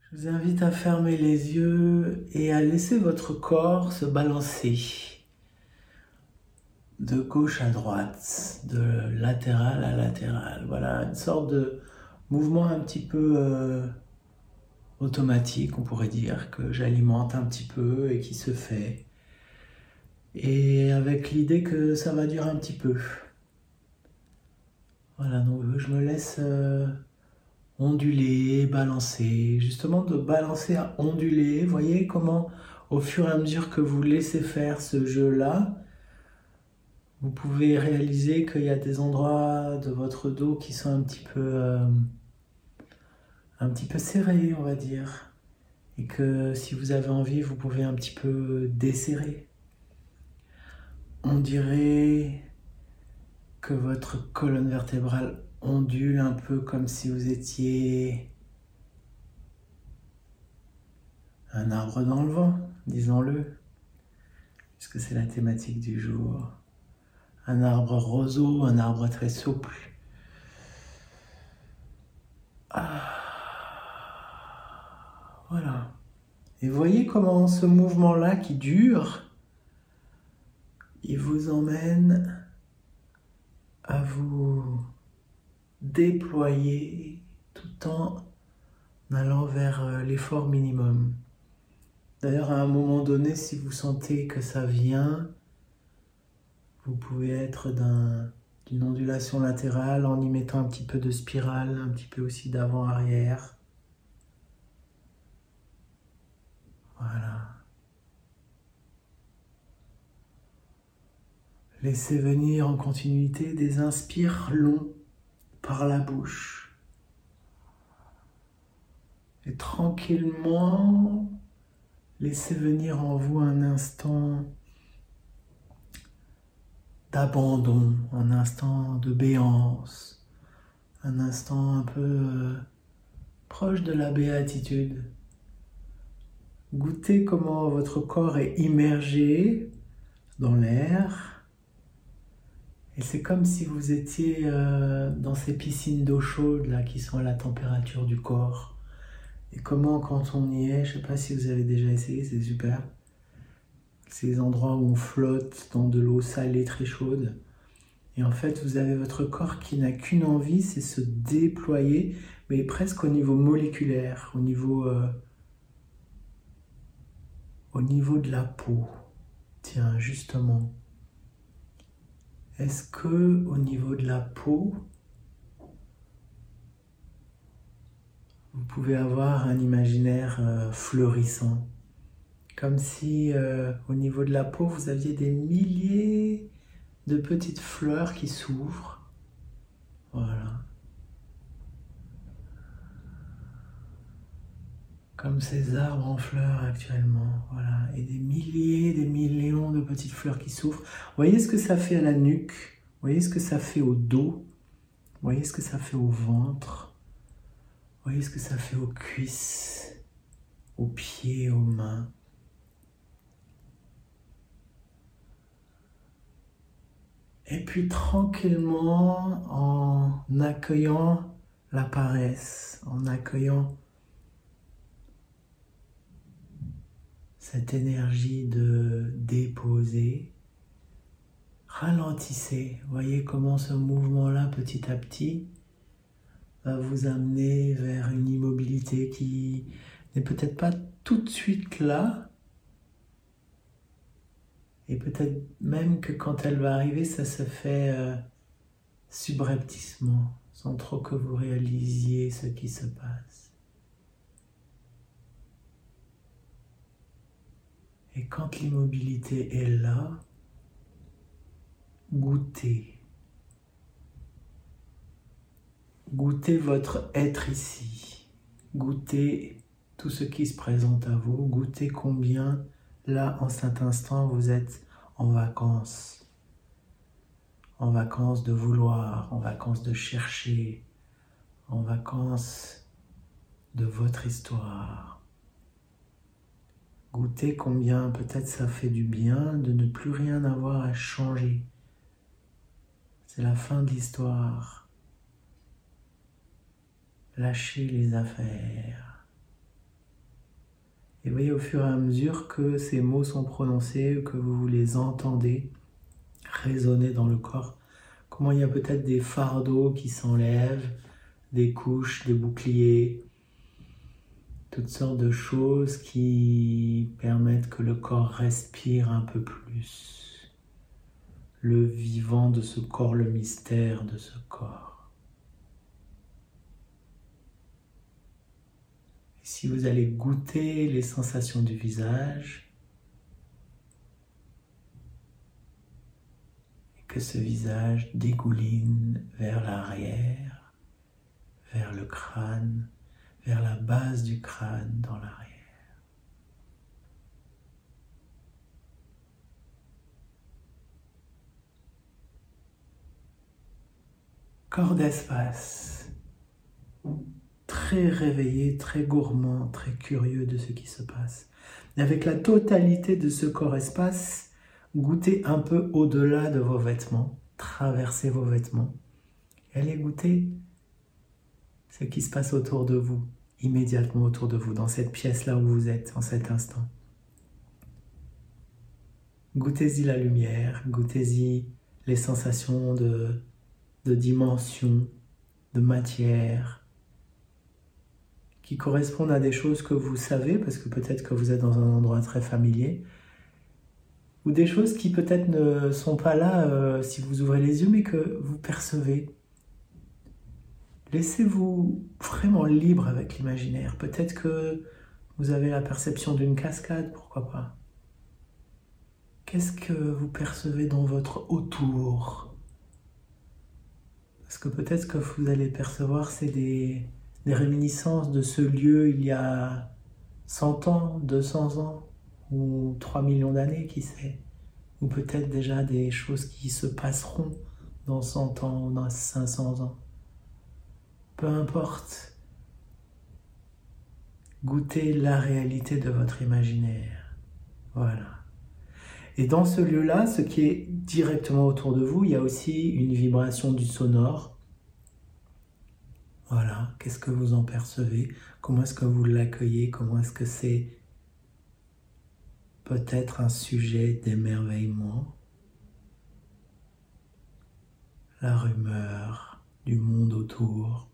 Je vous invite à fermer les yeux et à laisser votre corps se balancer de gauche à droite, de latéral à latéral. Voilà, une sorte de mouvement un petit peu automatique, on pourrait dire, que j'alimente un petit peu et qui se fait. Et avec l'idée que ça va durer un petit peu. Voilà, donc je me laisse onduler, balancer. Justement, de balancer à onduler, voyez comment au fur et à mesure que vous laissez faire ce jeu-là, vous pouvez réaliser qu'il y a des endroits de votre dos qui sont un petit peu serrés, on va dire. Et que si vous avez envie, vous pouvez un petit peu desserrer. On dirait que votre colonne vertébrale ondule un peu comme si vous étiez un arbre dans le vent, disons-le, puisque c'est la thématique du jour. Un arbre roseau, un arbre très souple. Voilà. Et voyez comment ce mouvement-là qui dure, il vous emmène à vous déployer tout en allant vers l'effort minimum. D'ailleurs, à un moment donné, si vous sentez que ça vient, vous pouvez être d'une ondulation latérale en y mettant un petit peu de spirale, un petit peu aussi d'avant-arrière. Voilà. Laissez venir en continuité des inspires longs par la bouche. Et tranquillement, laissez venir en vous un instant d'abandon, un instant de béance, un instant un peu proche de la béatitude. Goûtez comment votre corps est immergé dans l'air. Et c'est comme si vous étiez dans ces piscines d'eau chaude là, qui sont à la température du corps. Et comment quand on y est, je ne sais pas si vous avez déjà essayé, c'est super. Ces endroits où on flotte dans de l'eau salée très chaude. Et en fait, vous avez votre corps qui n'a qu'une envie, c'est se déployer, mais presque au niveau moléculaire, au niveau de la peau. Tiens, justement, est-ce que au niveau de la peau, vous pouvez avoir un imaginaire fleurissant, comme si au niveau de la peau, vous aviez des milliers de petites fleurs qui s'ouvrent. Voilà. Comme ces arbres en fleurs actuellement, voilà, et des milliers, des millions de petites fleurs qui s'ouvrent. Voyez ce que ça fait à la nuque, voyez ce que ça fait au dos, voyez ce que ça fait au ventre, voyez ce que ça fait aux cuisses, aux pieds, aux mains. Et puis tranquillement, en accueillant la paresse, en accueillant cette énergie de déposer, ralentissez. Voyez comment ce mouvement-là, petit à petit, va vous amener vers une immobilité qui n'est peut-être pas tout de suite là. Et peut-être même que quand elle va arriver, ça se fait subrepticement, sans trop que vous réalisiez ce qui se passe. Et quand l'immobilité est là, goûtez. Goûtez votre être ici. Goûtez tout ce qui se présente à vous. Goûtez combien, là, en cet instant, vous êtes en vacances. En vacances de vouloir, en vacances de chercher, en vacances de votre histoire. Goûtez combien peut-être ça fait du bien de ne plus rien avoir à changer. C'est la fin de l'histoire. Lâchez les affaires. Et voyez au fur et à mesure que ces mots sont prononcés, que vous les entendez résonner dans le corps, comment il y a peut-être des fardeaux qui s'enlèvent, des couches, des boucliers, toutes sortes de choses qui permettent que le corps respire un peu plus. Le vivant de ce corps, le mystère de ce corps. Et si vous allez goûter les sensations du visage, et que ce visage dégouline vers l'arrière, vers le crâne, vers la base du crâne dans l'arrière. Corps d'espace, très réveillé, très gourmand, très curieux de ce qui se passe. Et avec la totalité de ce corps-espace, goûtez un peu au-delà de vos vêtements, traversez vos vêtements, et allez goûter ce qui se passe autour de vous, immédiatement autour de vous, dans cette pièce-là où vous êtes, en cet instant. Goûtez-y la lumière, goûtez-y les sensations de dimension, de matière, qui correspondent à des choses que vous savez, parce que peut-être que vous êtes dans un endroit très familier, ou des choses qui peut-être ne sont pas là si vous ouvrez les yeux, mais que vous percevez. Laissez-vous vraiment libre avec l'imaginaire. Peut-être que vous avez la perception d'une cascade, pourquoi pas. Qu'est-ce que vous percevez dans votre autour? Parce que peut-être que vous allez percevoir, c'est des réminiscences de ce lieu il y a 100 ans, 200 ans, ou 3 millions d'années, qui sait. Ou peut-être déjà des choses qui se passeront dans 100 ans ou dans 500 ans. Peu importe, goûtez la réalité de votre imaginaire. Voilà. Et dans ce lieu-là, ce qui est directement autour de vous, il y a aussi une vibration du sonore. Voilà, qu'est-ce que vous en percevez? Comment est-ce que vous l'accueillez? Comment est-ce que c'est peut-être un sujet d'émerveillement? La rumeur du monde autour.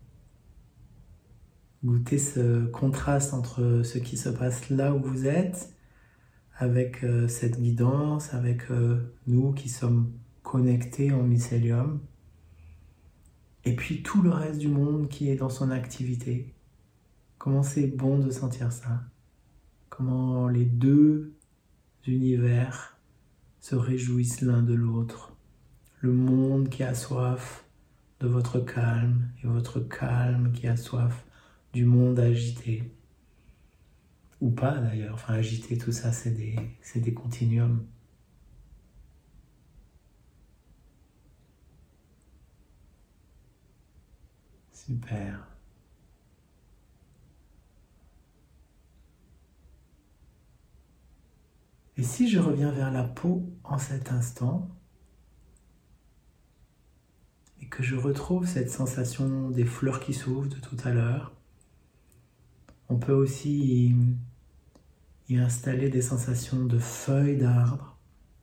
Goûtez ce contraste entre ce qui se passe là où vous êtes, avec cette guidance, avec nous qui sommes connectés en mycélium, et puis tout le reste du monde qui est dans son activité. Comment c'est bon de sentir ça. Comment les deux univers se réjouissent l'un de l'autre. Le monde qui a soif de votre calme, et votre calme qui a soif du monde agité. Ou pas d'ailleurs, enfin agité, tout ça c'est des continuums. Super. Et si je reviens vers la peau en cet instant, et que je retrouve cette sensation des fleurs qui s'ouvrent de tout à l'heure, on peut aussi y installer des sensations de feuilles d'arbres.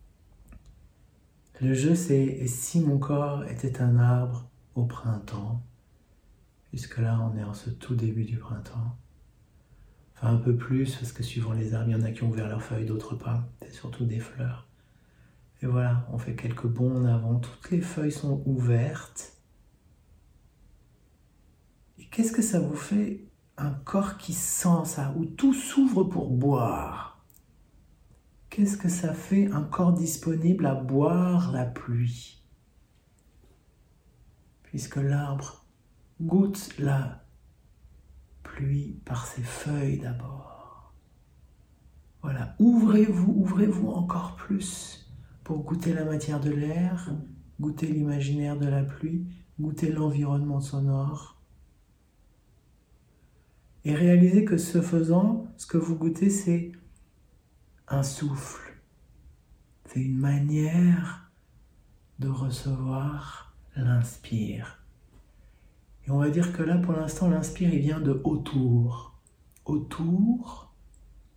Le jeu c'est, et si mon corps était un arbre au printemps, puisque là on est en ce tout début du printemps, enfin un peu plus, parce que suivant les arbres, il y en a qui ont ouvert leurs feuilles, d'autres pas, c'est surtout des fleurs. Et voilà, on fait quelques bonds en avant, toutes les feuilles sont ouvertes. Et qu'est-ce que ça vous fait? Un corps qui sent ça, où tout s'ouvre pour boire. Qu'est-ce que ça fait un corps disponible à boire la pluie? Puisque l'arbre goûte la pluie par ses feuilles d'abord. Voilà, ouvrez-vous encore plus pour goûter la matière de l'air, goûter l'imaginaire de la pluie, goûter l'environnement sonore. Et réalisez que ce faisant, ce que vous goûtez, c'est un souffle. C'est une manière de recevoir l'inspire. Et on va dire que là, pour l'instant, l'inspire, il vient de autour. Autour,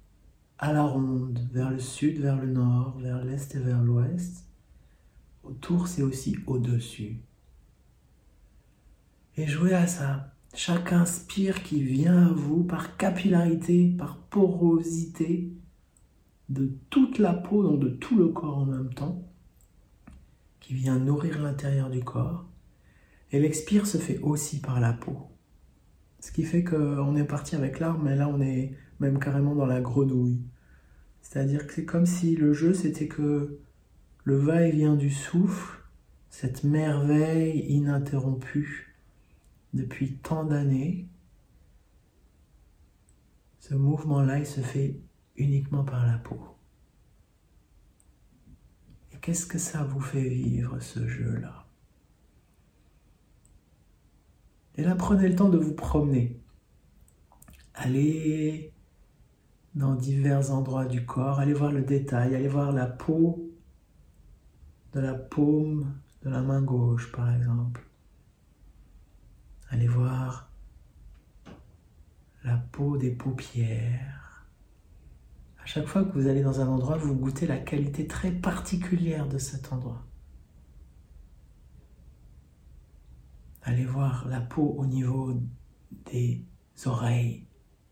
à la ronde, vers le sud, vers le nord, vers l'est et vers l'ouest. Autour, c'est aussi au-dessus. Et jouez à ça. Chaque inspire qui vient à vous par capillarité, par porosité de toute la peau, donc de tout le corps en même temps, qui vient nourrir l'intérieur du corps. Et l'expire se fait aussi par la peau. Ce qui fait qu'on est parti avec l'arbre, mais là on est même carrément dans la grenouille. C'est-à-dire que c'est comme si le jeu c'était que le va-et-vient du souffle, cette merveille ininterrompue depuis tant d'années, ce mouvement-là il se fait uniquement par la peau. Et qu'est-ce que ça vous fait vivre ce jeu-là ? Et là, prenez le temps de vous promener. Allez dans divers endroits du corps, allez voir le détail, allez voir la peau de la paume de la main gauche, par exemple. Allez voir la peau des paupières. À chaque fois que vous allez dans un endroit, vous goûtez la qualité très particulière de cet endroit. Allez voir la peau au niveau des oreilles,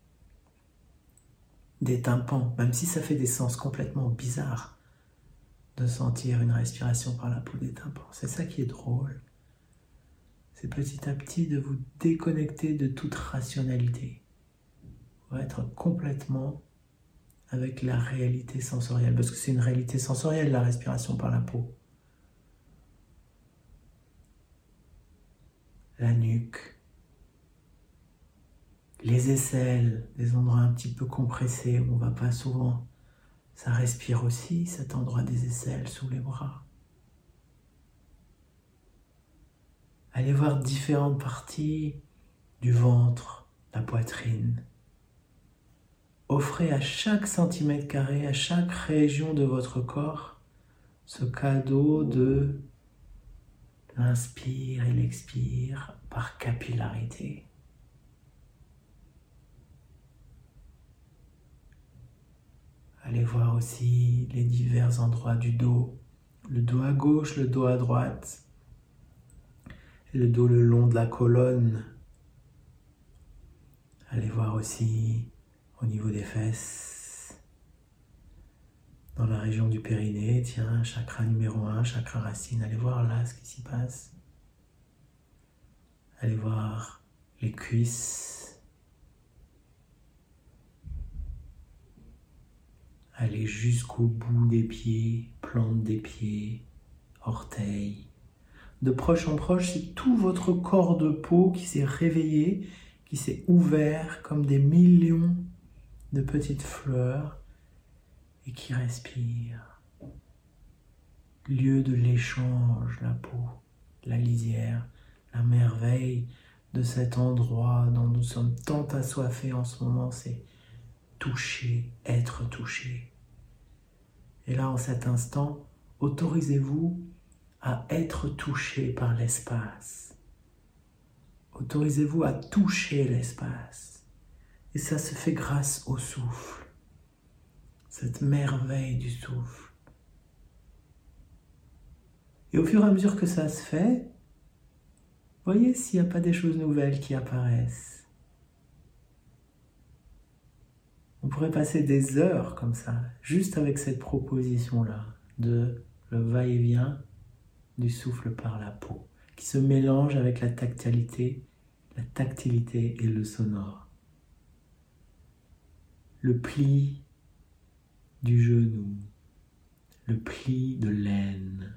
des tympans, même si ça fait des sens complètement bizarres de sentir une respiration par la peau des tympans. C'est ça qui est drôle. C'est petit à petit de vous déconnecter de toute rationalité pour être complètement avec la réalité sensorielle, parce que c'est une réalité sensorielle, la respiration par la peau. La nuque, les aisselles, des endroits un petit peu compressés où on ne va pas souvent. Ça respire aussi, cet endroit des aisselles sous les bras. Allez voir différentes parties du ventre, la poitrine. Offrez à chaque centimètre carré, à chaque région de votre corps, ce cadeau de l'inspire et l'expire par capillarité. Allez voir aussi les divers endroits du dos, le dos à gauche, le dos à droite, et le dos le long de la colonne. Allez voir aussi au niveau des fesses, dans la région du périnée, tiens, chakra numéro 1, chakra racine, allez voir là ce qui s'y passe. Allez voir les cuisses. Allez jusqu'au bout des pieds, plante des pieds, orteils. De proche en proche, c'est tout votre corps de peau qui s'est réveillé, qui s'est ouvert comme des millions de petites fleurs et qui respire. Lieu de l'échange, la peau, la lisière, la merveille de cet endroit dont nous sommes tant assoiffés en ce moment, c'est toucher, être touché. Et là, en cet instant, autorisez-vous à être touché par l'espace. Autorisez-vous à toucher l'espace. Et ça se fait grâce au souffle. Cette merveille du souffle. Et au fur et à mesure que ça se fait, voyez s'il n'y a pas des choses nouvelles qui apparaissent. On pourrait passer des heures comme ça, juste avec cette proposition-là, de le va-et-vient du souffle par la peau, qui se mélange avec la tactilité et le sonore. Le pli du genou, le pli de l'aine.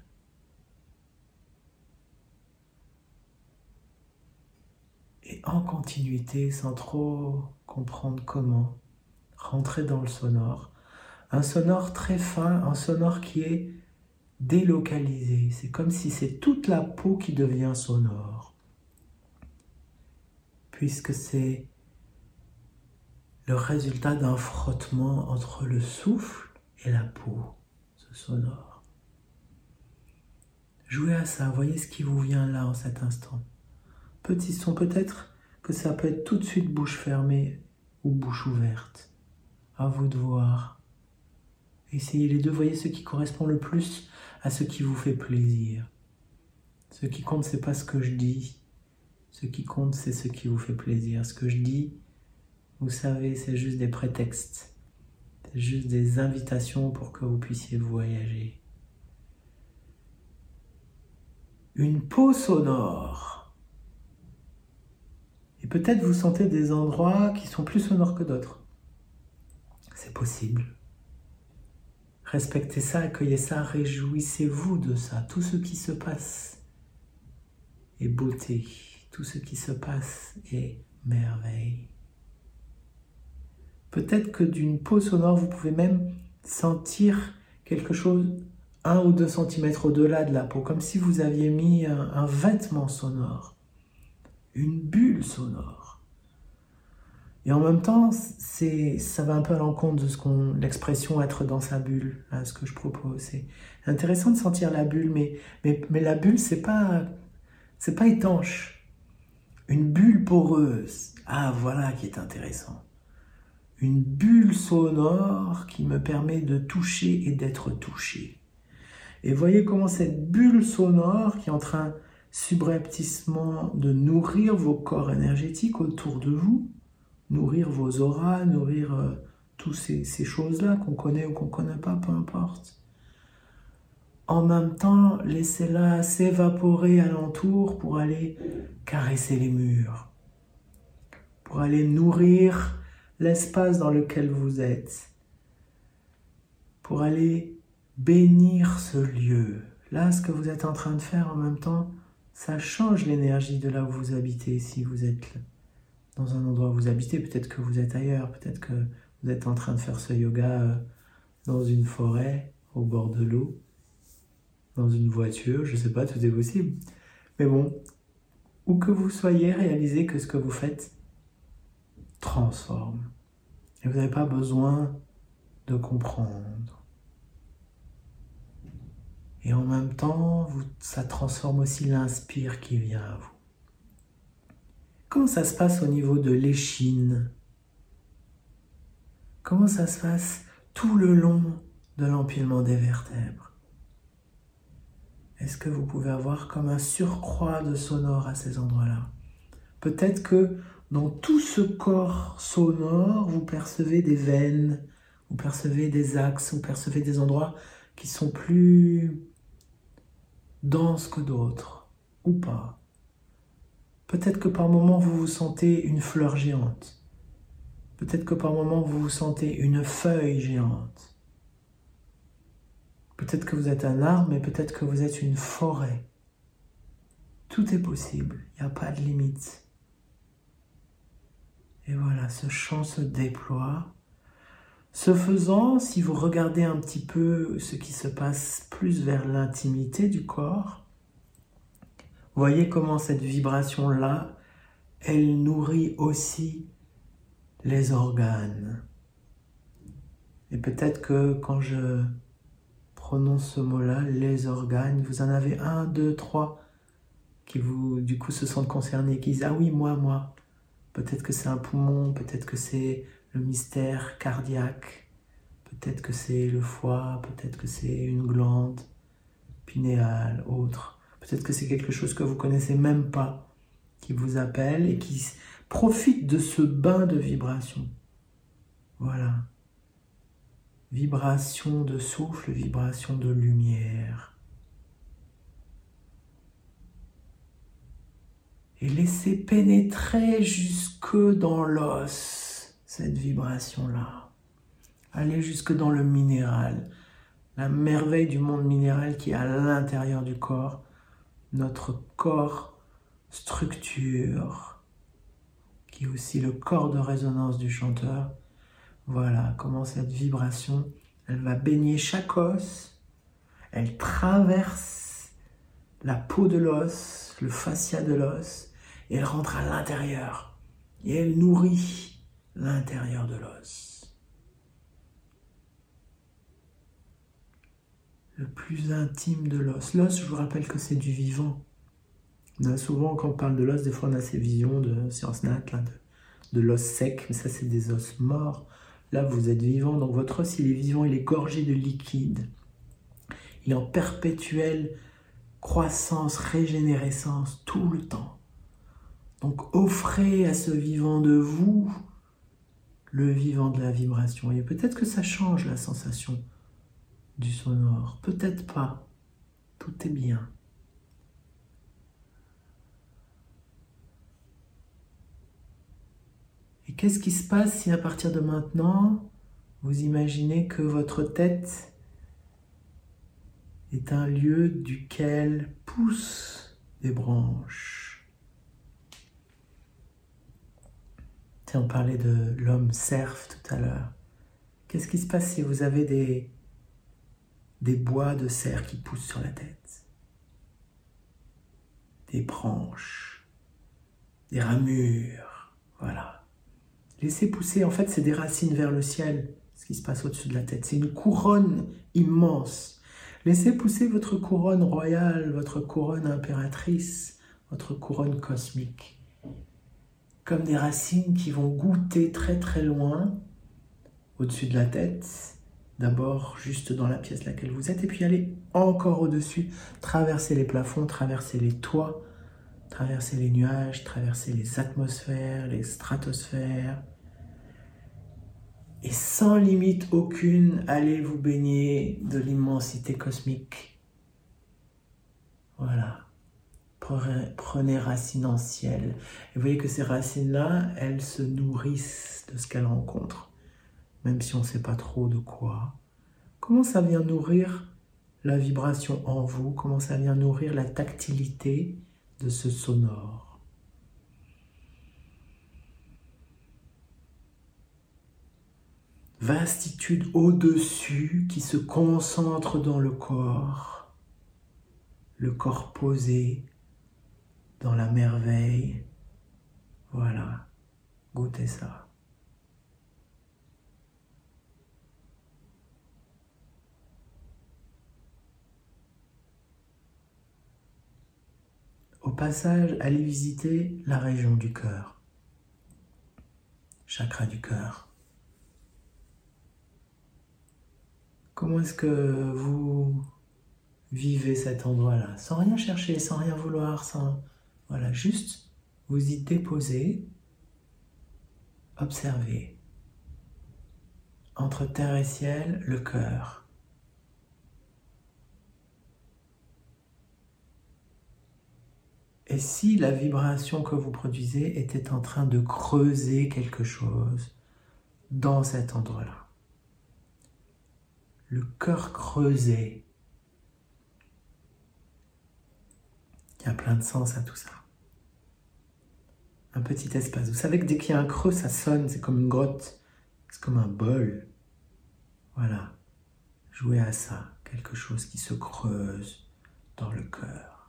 Et en continuité, sans trop comprendre comment, rentrer dans le sonore. Un sonore très fin, un sonore qui est délocalisé. C'est comme si c'est toute la peau qui devient sonore. Puisque c'est le résultat d'un frottement entre le souffle et la peau, ce sonore. Jouez à ça, voyez ce qui vous vient là en cet instant. Petit son, peut-être que ça peut être tout de suite bouche fermée ou bouche ouverte. À vous de voir. Essayez les deux, voyez ce qui correspond le plus à ce qui vous fait plaisir. Ce qui compte, c'est pas ce que je dis. Ce qui compte, c'est ce qui vous fait plaisir. Ce que je dis, vous savez, c'est juste des prétextes. C'est juste des invitations pour que vous puissiez voyager. Une peau sonore. Et peut-être vous sentez des endroits qui sont plus sonores que d'autres. C'est possible. Respectez ça, accueillez ça, réjouissez-vous de ça. Tout ce qui se passe est beauté. Tout ce qui se passe est merveille. Peut-être que d'une peau sonore, vous pouvez même sentir quelque chose 1 ou 2 centimètres au-delà de la peau, comme si vous aviez mis un vêtement sonore, une bulle sonore. Et en même temps, ça va un peu à l'encontre de l'expression être dans sa bulle, là, ce que je propose. C'est intéressant de sentir la bulle, mais la bulle, c'est pas étanche. Une bulle poreuse, voilà qui est intéressant. Une bulle sonore qui me permet de toucher et d'être touché. Et voyez comment cette bulle sonore qui est en train subrepticement de nourrir vos corps énergétiques autour de vous, nourrir vos auras, nourrir toutes ces choses-là qu'on connaît ou qu'on ne connaît pas, peu importe. En même temps, laissez-la s'évaporer alentour pour aller caresser les murs, pour aller nourrir l'espace dans lequel vous êtes, pour aller bénir ce lieu. Là, ce que vous êtes en train de faire en même temps, ça change l'énergie de là où vous habitez. Si vous êtes dans un endroit où vous habitez, peut-être que vous êtes ailleurs, peut-être que vous êtes en train de faire ce yoga dans une forêt, au bord de l'eau, dans une voiture, je ne sais pas, tout est possible. Mais bon, où que vous soyez, réalisez que ce que vous faites transforme. Et vous n'avez pas besoin de comprendre. Et en même temps, ça transforme aussi l'inspire qui vient à vous. Comment ça se passe au niveau de l'échine? Comment ça se passe tout le long de l'empilement des vertèbres? Est-ce que vous pouvez avoir comme un surcroît de sonore à ces endroits-là? Peut-être que dans tout ce corps sonore, vous percevez des veines, vous percevez des axes, vous percevez des endroits qui sont plus denses que d'autres, ou pas. Peut-être que par moment vous vous sentez une fleur géante. Peut-être que par moment vous vous sentez une feuille géante. Peut-être que vous êtes un arbre, mais peut-être que vous êtes une forêt. Tout est possible, il n'y a pas de limite. Et voilà, ce champ se déploie. Ce faisant, si vous regardez un petit peu ce qui se passe plus vers l'intimité du corps, voyez comment cette vibration-là, elle nourrit aussi les organes. Et peut-être que quand je prononce ce mot-là, les organes, vous en avez 1, 2, 3 qui du coup se sentent concernés, qui disent « Ah oui, moi ». Peut-être que c'est un poumon, peut-être que c'est le mystère cardiaque, peut-être que c'est le foie, peut-être que c'est une glande pinéale, autre. Peut-être que c'est quelque chose que vous connaissez même pas, qui vous appelle et qui profite de ce bain de vibration. Voilà. Vibration de souffle, vibration de lumière. Et laissez pénétrer jusque dans l'os, cette vibration-là. Allez jusque dans le minéral, la merveille du monde minéral qui est à l'intérieur du corps, notre corps structure, qui est aussi le corps de résonance du chanteur. Voilà comment cette vibration, elle va baigner chaque os, elle traverse la peau de l'os, le fascia de l'os, et elle rentre à l'intérieur, et elle nourrit l'intérieur de l'os. Le plus intime de l'os. L'os, je vous rappelle que c'est du vivant. Souvent, quand on parle de l'os, des fois on a ces visions de sciences nat, là, de l'os sec, mais ça c'est des os morts. Là, vous êtes vivant, donc votre os, il est vivant, il est gorgé de liquide. Il est en perpétuelle croissance, régénérescence, tout le temps. Donc, offrez à ce vivant de vous le vivant de la vibration. Et peut-être que ça change la sensation du sonore, peut-être pas. Tout est bien. Et qu'est-ce qui se passe si à partir de maintenant, vous imaginez que votre tête est un lieu duquel poussent des branches? On parlait de l'homme cerf tout à l'heure. Qu'est-ce qui se passe si vous avez des bois de cerf qui poussent sur la tête? Des branches, des ramures, voilà. Laissez pousser, en fait, c'est des racines vers le ciel, ce qui se passe au-dessus de la tête. C'est une couronne immense. Laissez pousser votre couronne royale, votre couronne impératrice, votre couronne cosmique. Comme des racines qui vont goûter très très loin, au-dessus de la tête, d'abord juste dans la pièce dans laquelle vous êtes, et puis aller encore au-dessus, traverser les plafonds, traverser les toits, traverser les nuages, traverser les atmosphères, les stratosphères, et sans limite aucune, allez vous baigner de l'immensité cosmique. Voilà. Prenez racine en ciel. Et vous voyez que ces racines-là, elles se nourrissent de ce qu'elles rencontrent, même si on ne sait pas trop de quoi. Comment ça vient nourrir la vibration en vous? Comment ça vient nourrir la tactilité de ce sonore? Vastitude au-dessus qui se concentre dans le corps posé dans la merveille. Voilà, goûtez ça. Au passage, allez visiter la région du cœur, chakra du cœur. Comment est-ce que vous vivez cet endroit-là, sans rien chercher, sans rien vouloir, voilà, juste vous y déposez, observez. Entre terre et ciel, le cœur. Et si la vibration que vous produisez était en train de creuser quelque chose dans cet endroit-là? Le cœur creusé. Il y a plein de sens à tout ça. Un petit espace. Vous savez que dès qu'il y a un creux, ça sonne, c'est comme une grotte, c'est comme un bol. Voilà. Jouez à ça, quelque chose qui se creuse dans le cœur.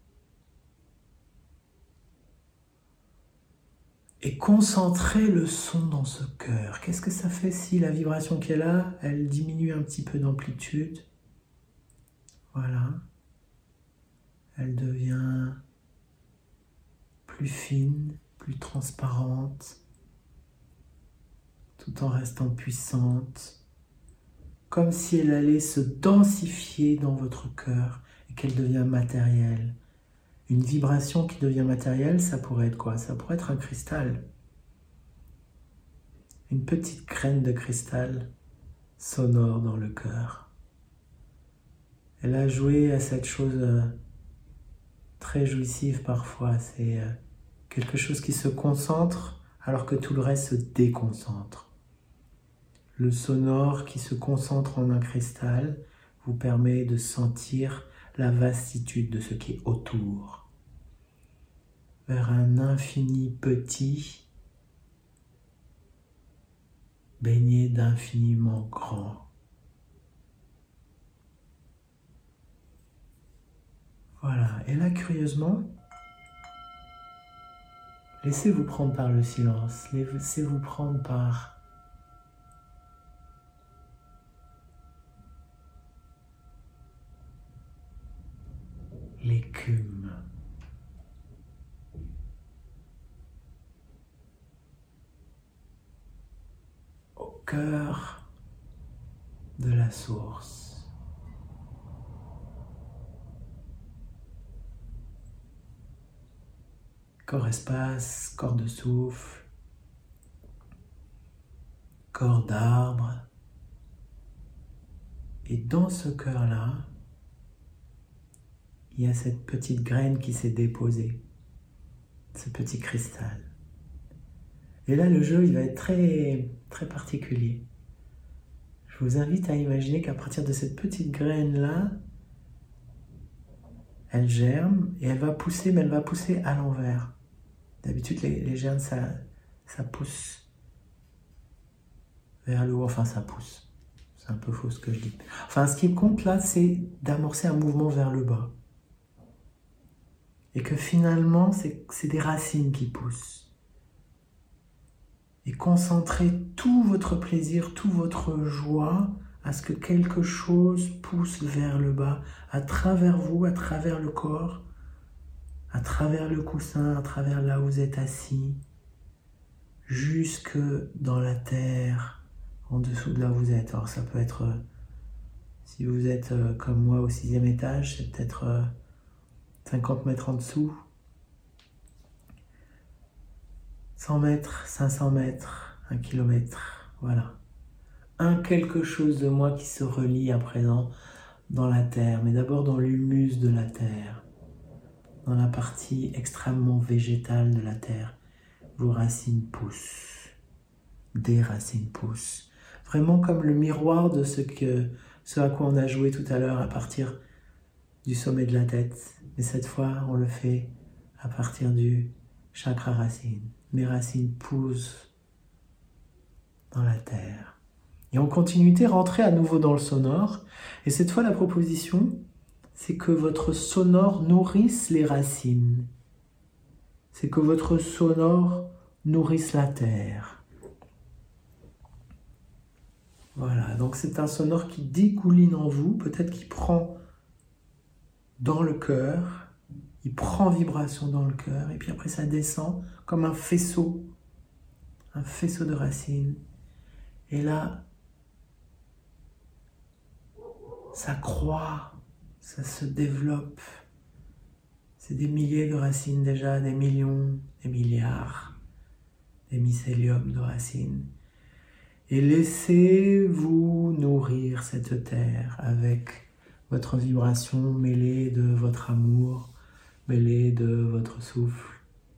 Et concentrez le son dans ce cœur. Qu'est-ce que ça fait si la vibration qui est là, elle diminue un petit peu d'amplitude? Voilà. Elle devient plus fine, plus transparente, tout en restant puissante, comme si elle allait se densifier dans votre cœur et qu'elle devient matérielle. Une vibration qui devient matérielle, ça pourrait être quoi? Ça pourrait être un cristal. Une petite graine de cristal sonore dans le cœur. Elle a joué à cette chose très jouissive parfois. C'est quelque chose qui se concentre alors que tout le reste se déconcentre. Le sonore qui se concentre en un cristal vous permet de sentir la vastitude de ce qui est autour, vers un infini petit, baigné d'infiniment grand. Voilà, et là curieusement, laissez-vous prendre par le silence, laissez-vous prendre par l'écume. cœur de la source. Corps-espace, corps de souffle, corps d'arbre. Et dans ce cœur-là, il y a cette petite graine qui s'est déposée, ce petit cristal. Et là, le jeu, il va être très, très particulier. Je vous invite à imaginer qu'à partir de cette petite graine-là, elle germe et elle va pousser, mais elle va pousser à l'envers. D'habitude, les germes, ça pousse vers le haut. Enfin, ça pousse. C'est un peu faux ce que je dis. Enfin, ce qui compte là, c'est d'amorcer un mouvement vers le bas. Et que finalement, c'est des racines qui poussent. Et concentrez tout votre plaisir, toute votre joie à ce que quelque chose pousse vers le bas, à travers vous, à travers le corps, à travers le coussin, à travers là où vous êtes assis, jusque dans la terre, en dessous de là où vous êtes. Alors ça peut être, si vous êtes comme moi au 6e étage, c'est peut-être 50 mètres en dessous, 100 mètres, 500 mètres, 1 kilomètre, voilà. Un quelque chose de moi qui se relie à présent dans la terre, mais d'abord dans l'humus de la terre, dans la partie extrêmement végétale de la terre. Vos racines poussent, des racines poussent, vraiment comme le miroir de ce à quoi on a joué tout à l'heure à partir du sommet de la tête. Mais cette fois, on le fait à partir du chakra racine. Mes racines poussent dans la terre. Et en continuité, rentrez à nouveau dans le sonore. Et cette fois, la proposition, c'est que votre sonore nourrisse les racines. C'est que votre sonore nourrisse la terre. Voilà, donc c'est un sonore qui dégouline en vous, peut-être qu'il prend dans le cœur, il prend vibration dans le cœur, et puis après ça descend comme un faisceau de racines. Et là, ça croît, ça se développe. C'est des milliers de racines déjà, des millions, des milliards, des mycéliums de racines. Et laissez-vous nourrir cette terre avec votre vibration mêlée de votre amour, mêlée de votre souffle.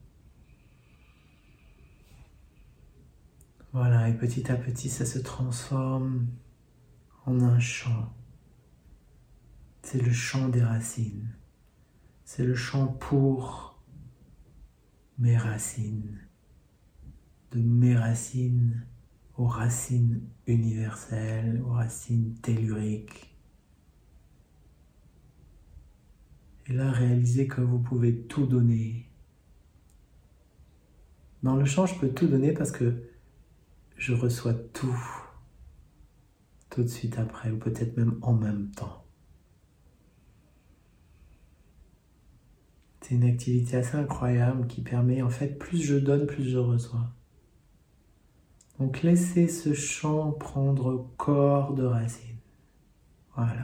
Voilà, et petit à petit, ça se transforme en un chant. C'est le chant des racines. C'est le chant pour mes racines. De mes racines aux racines universelles, aux racines telluriques. Et là, réalisez que vous pouvez tout donner. Dans le chant, je peux tout donner parce que je reçois tout de suite après, ou peut-être même en même temps. C'est une activité assez incroyable qui permet, en fait, plus je donne, plus je reçois. Donc laissez ce chant prendre corps de racines. Voilà.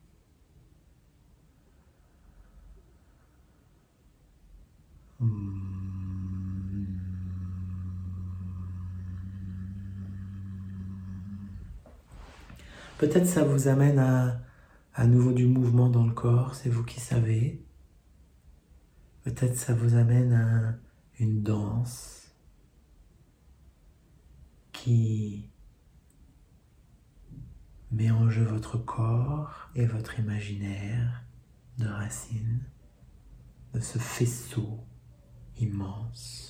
Peut-être ça vous amène à nouveau du mouvement dans le corps, c'est vous qui savez. Peut-être ça vous amène à une danse qui met en jeu votre corps et votre imaginaire de racines, de ce faisceau immense.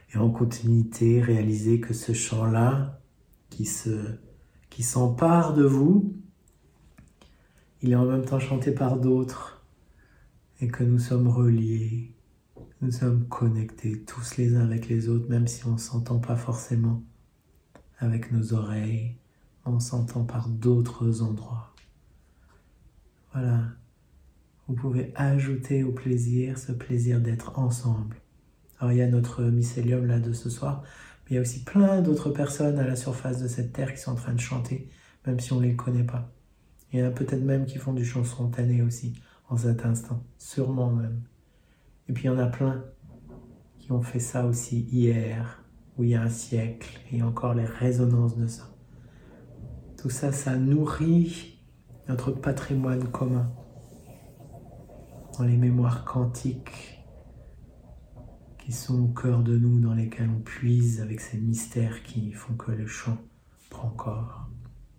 Et en continuité, réalisez que ce chant-là, qui s'empare de vous, il est en même temps chanté par d'autres et que nous sommes reliés, nous sommes connectés tous les uns avec les autres, même si on ne s'entend pas forcément avec nos oreilles, on s'entend par d'autres endroits. Voilà, vous pouvez ajouter au plaisir ce plaisir d'être ensemble. Alors il y a notre mycélium là de ce soir, mais il y a aussi plein d'autres personnes à la surface de cette terre qui sont en train de chanter, même si on ne les connaît pas. Il y en a peut-être même qui font du chant spontané aussi, en cet instant, sûrement même. Et puis il y en a plein qui ont fait ça aussi hier, ou il y a un siècle, et encore les résonances de ça. Tout ça, ça nourrit notre patrimoine commun, dans les mémoires quantiques qui sont au cœur de nous, dans lesquels on puise avec ces mystères qui font que le chant prend corps.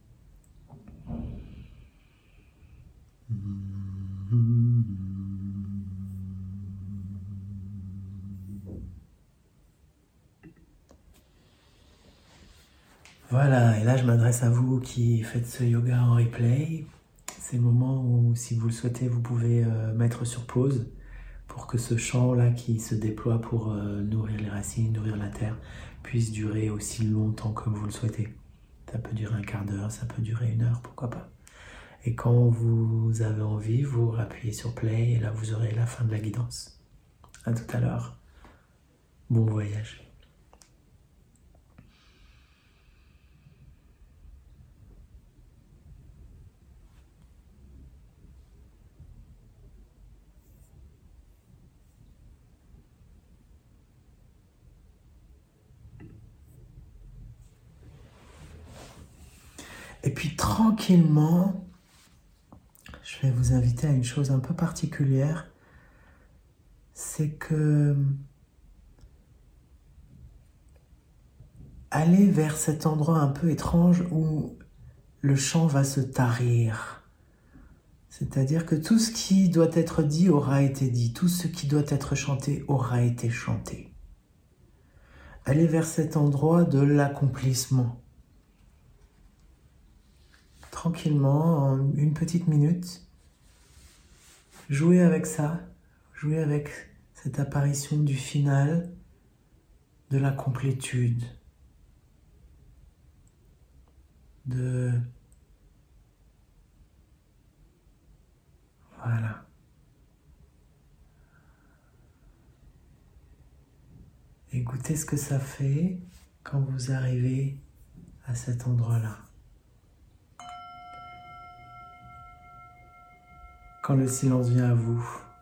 Voilà, et là je m'adresse à vous qui faites ce yoga en replay. C'est le moment où, si vous le souhaitez, vous pouvez mettre sur pause pour que ce chant-là qui se déploie pour nourrir les racines, nourrir la terre, puisse durer aussi longtemps que vous le souhaitez. Ça peut durer un quart d'heure, ça peut durer 1 heure, pourquoi pas. Et quand vous avez envie, vous appuyez sur play et là vous aurez la fin de la guidance. À tout à l'heure. Bon voyage. Et puis tranquillement, je vais vous inviter à une chose un peu particulière, c'est que allez vers cet endroit un peu étrange où le chant va se tarir. C'est-à-dire que tout ce qui doit être dit aura été dit, tout ce qui doit être chanté aura été chanté. Allez vers cet endroit de l'accomplissement. Tranquillement, en 1 petite minute, jouez avec ça, jouez avec cette apparition du final, de la complétude, Voilà. Et goûtez ce que ça fait quand vous arrivez à cet endroit-là. Quand le silence vient à vous.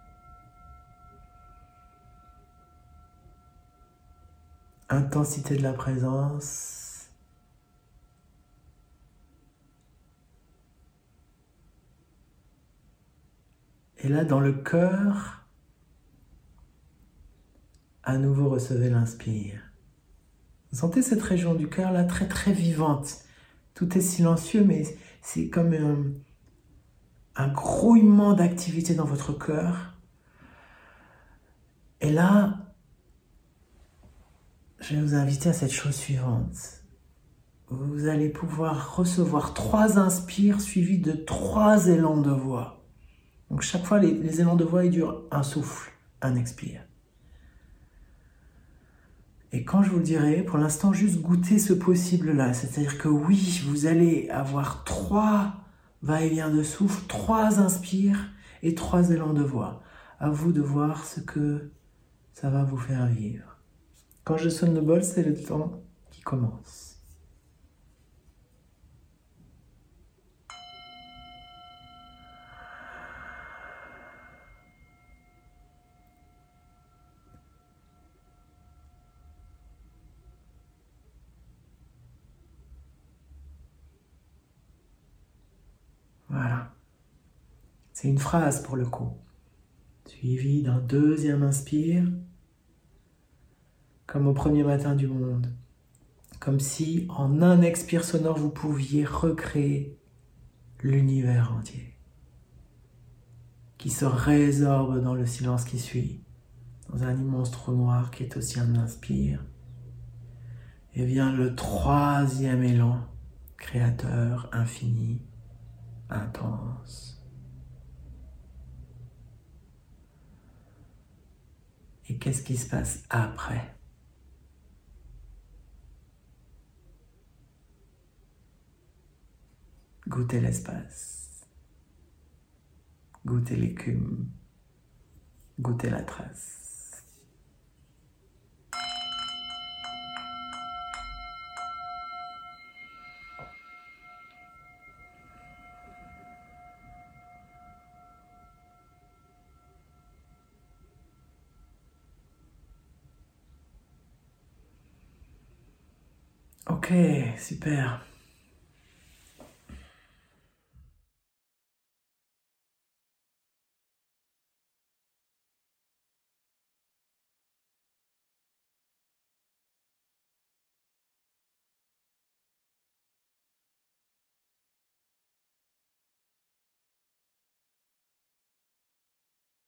Intensité de la présence. Et là, dans le cœur, à nouveau recevez l'inspire. Vous sentez cette région du cœur là très très vivante. Tout est silencieux, mais c'est comme un grouillement d'activité dans votre cœur. Et là, je vais vous inviter à cette chose suivante. Vous allez pouvoir recevoir 3 inspires suivis de 3 élans de voix. Donc chaque fois, les élans de voix, ils durent un souffle, un expire. Et quand je vous le dirai, pour l'instant, juste goûtez ce possible-là. C'est-à-dire que oui, vous allez avoir 3 va-et-vient de souffle, 3 inspires et 3 élans de voix. À vous de voir ce que ça va vous faire vivre. Quand je sonne le bol, c'est le temps qui commence. Voilà. C'est une phrase pour le coup. Suivi d'un 2e inspire, comme au premier matin du monde. Comme si, en un expire sonore, vous pouviez recréer l'univers entier, qui se résorbe dans le silence qui suit, dans un immense trou noir qui est aussi un inspire, Et vient le troisième élan, créateur, infini, intense. Et qu'est-ce qui se passe après? Goûtez l'espace, goûtez l'écume, goûtez la trace. Ok, super.